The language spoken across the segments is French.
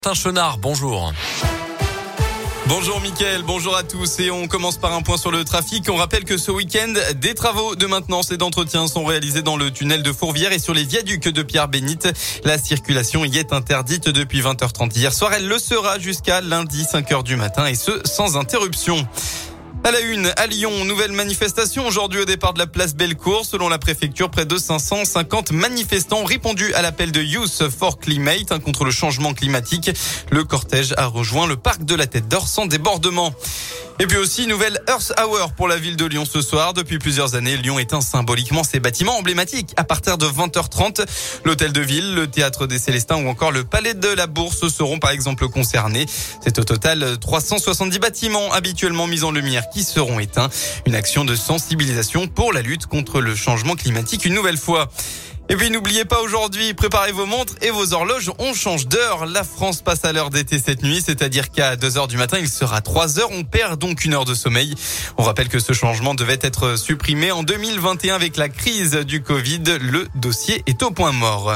Chenard, bonjour. Bonjour Mickaël, bonjour à tous et on commence par un point sur le trafic. On rappelle que ce week-end, des travaux de maintenance et d'entretien sont réalisés dans le tunnel de Fourvière et sur les viaducs de Pierre-Bénite. La circulation y est interdite depuis 20h30 hier soir. Elle le sera jusqu'à lundi 5h du matin et ce sans interruption. À la une, à Lyon, nouvelle manifestation aujourd'hui au départ de la place Bellecour. Selon la préfecture, près de 550 manifestants ont répondu à l'appel de Youth for Climate contre le changement climatique. Le cortège a rejoint le parc de la Tête d'Or sans débordement. Et puis aussi, nouvelle Earth Hour pour la ville de Lyon ce soir. Depuis plusieurs années, Lyon éteint symboliquement ses bâtiments emblématiques. À partir de 20h30, l'hôtel de ville, le théâtre des Célestins ou encore le palais de la Bourse seront par exemple concernés. C'est au total 370 bâtiments habituellement mis en lumière qui seront éteints. Une action de sensibilisation pour la lutte contre le changement climatique une nouvelle fois. Et puis n'oubliez pas aujourd'hui, préparez vos montres et vos horloges, on change d'heure. La France passe à l'heure d'été cette nuit, c'est-à-dire qu'à 2h du matin, il sera 3h. On perd donc une heure de sommeil. On rappelle que ce changement devait être supprimé en 2021 avec la crise du Covid. Le dossier est au point mort.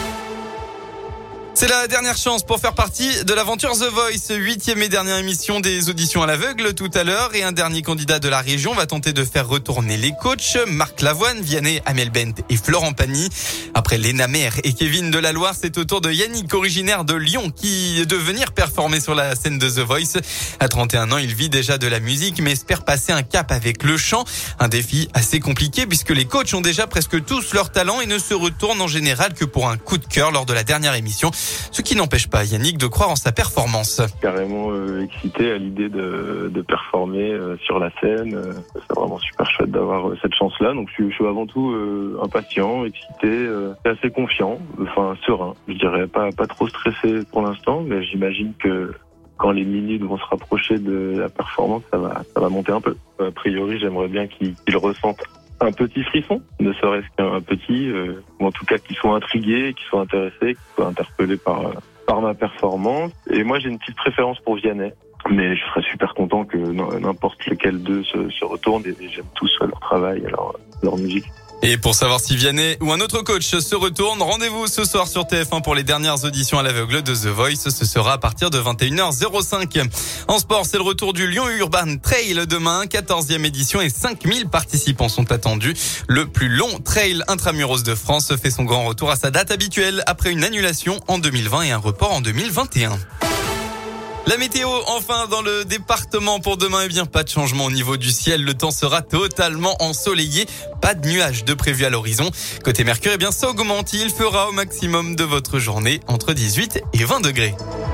C'est la dernière chance pour faire partie de l'aventure The Voice, 8e et dernière émission des auditions à l'aveugle tout à l'heure. Et un dernier candidat de la région va tenter de faire retourner les coachs. Marc Lavoine, Vianney Amelbent et Florent Pagny. Après Léna Mer et Kevin de la Loire, c'est au tour de Yannick, originaire de Lyon, qui de venir performer sur la scène de The Voice. À 31 ans, il vit déjà de la musique, mais espère passer un cap avec le chant. Un défi assez compliqué puisque les coachs ont déjà presque tous leur talent et ne se retournent en général que pour un coup de cœur lors de la dernière émission. Ce qui n'empêche pas Yannick de croire en sa performance. Carrément excité à l'idée de performer sur la scène. C'est vraiment super chouette d'avoir cette chance-là. Donc je suis avant tout impatient, excité, assez confiant, enfin serein. Je dirais pas trop stressé pour l'instant, mais j'imagine que quand les minutes vont se rapprocher de la performance, ça va monter un peu. A priori, j'aimerais bien qu'ils ressentent un petit frisson, ne serait-ce qu'un petit, ou en tout cas qu'ils soient intrigués, qu'ils soient intéressés, qu'ils soient interpellés par ma performance. Et moi, j'ai une petite préférence pour Vianney, mais je serais super content que n'importe lequel d'eux se retourne, et j'aime tous leur travail et leur musique. Et pour savoir si Vianney ou un autre coach se retourne, rendez-vous ce soir sur TF1 pour les dernières auditions à l'aveugle de The Voice. Ce sera à partir de 21h05. En sport, c'est le retour du Lyon Urban Trail demain, 14e édition et 5000 participants sont attendus. Le plus long trail intramuros de France fait son grand retour à sa date habituelle après une annulation en 2020 et un report en 2021. La météo, enfin, dans le département pour demain, eh bien, pas de changement au niveau du ciel. Le temps sera totalement ensoleillé. Pas de nuages de prévu à l'horizon. Côté Mercure, eh bien, ça augmente. Il fera au maximum de votre journée entre 18 et 20 degrés.